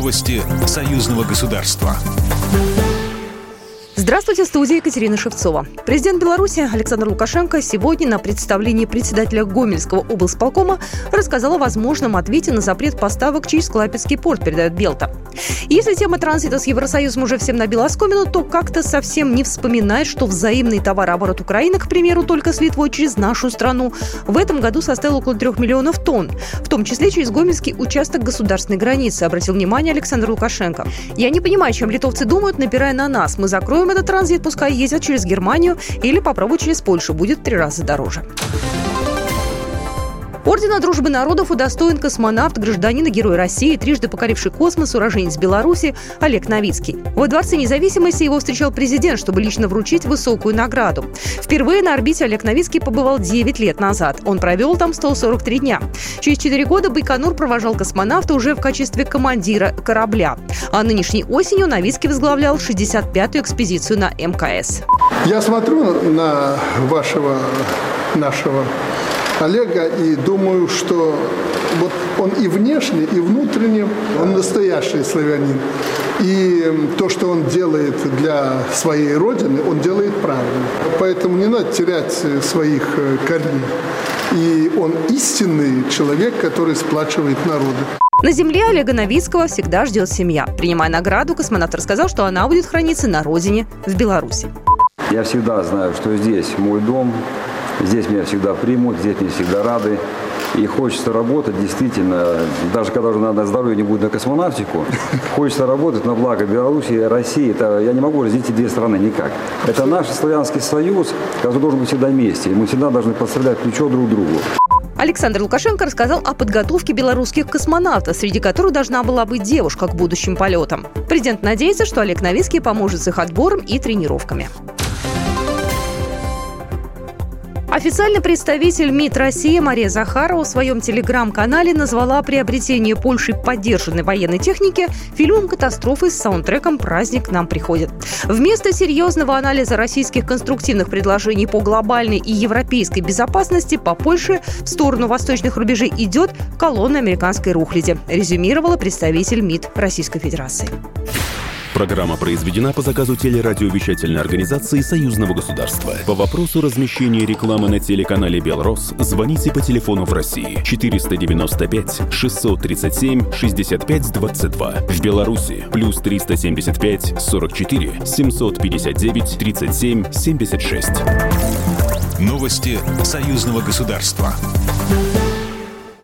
Новости союзного государства. Здравствуйте, в студии Екатерина Шевцова. Президент Беларуси Александр Лукашенко сегодня на представлении председателя Гомельского облсполкома рассказал о возможном ответе на запрет поставок через Клайпедский порт, передает Белта. Если тема транзита с Евросоюзом уже всем набила оскомину, то как-то совсем не вспоминает, что взаимный товарооборот Украины, к примеру, только с Литвой через нашу страну, в этом году составил около 3 миллионов тонн, в том числе через Гомельский участок государственной границы, обратил внимание Александр Лукашенко. «Я не понимаю, чем литовцы думают, напирая на нас. Мы закроем этот транзит, пускай ездят через Германию или попробуют через Польшу. Будет в 3 раза дороже». Ордена Дружбы народов удостоен космонавт, гражданин и герой России, трижды покоривший космос, уроженец Беларуси Олег Новицкий. Во Дворце независимости его встречал президент, чтобы лично вручить высокую награду. Впервые на орбите Олег Новицкий побывал 9 лет назад. Он провел там 143 дня. Через 4 года Байконур провожал космонавта уже в качестве командира корабля. А нынешней осенью Новицкий возглавлял 65-ю экспедицию на МКС. Я смотрю на нашего Олега и думаю, что вот он и внешне, и внутренне, он настоящий славянин. И то, что он делает для своей родины, он делает правильно. Поэтому не надо терять своих корней. И он истинный человек, который сплачивает народы. На земле Олега Новицкого всегда ждет семья. Принимая награду, космонавт рассказал, что она будет храниться на родине, в Беларуси. Я всегда знаю, что здесь мой дом. Здесь меня всегда примут, здесь мне всегда рады. И хочется работать действительно, даже когда уже надо здоровье не будет на космонавтику, хочется работать на благо Беларуси и России. Это, я не могу разделить эти две страны никак. Это наш славянский союз, который должен быть всегда вместе. И мы всегда должны подставлять плечо друг другу. Александр Лукашенко рассказал о подготовке белорусских космонавтов, среди которых должна была быть девушка к будущим полетам. Президент надеется, что Олег Новицкий поможет с их отбором и тренировками. Официальный представитель МИД России Мария Захарова в своем телеграм-канале назвала приобретение Польшей поддержанной военной техники фильмом катастрофы с саундтреком «Праздник к нам приходит». Вместо серьезного анализа российских конструктивных предложений по глобальной и европейской безопасности по Польше в сторону восточных рубежей идет колонна американской рухляди, резюмировала представитель МИД Российской Федерации. Программа произведена по заказу телерадиовещательной организации Союзного государства. По вопросу размещения рекламы на телеканале «Белрос» звоните по телефону в России 495 637 65 22. В Беларуси плюс 375 44 759 37 76. Новости Союзного государства.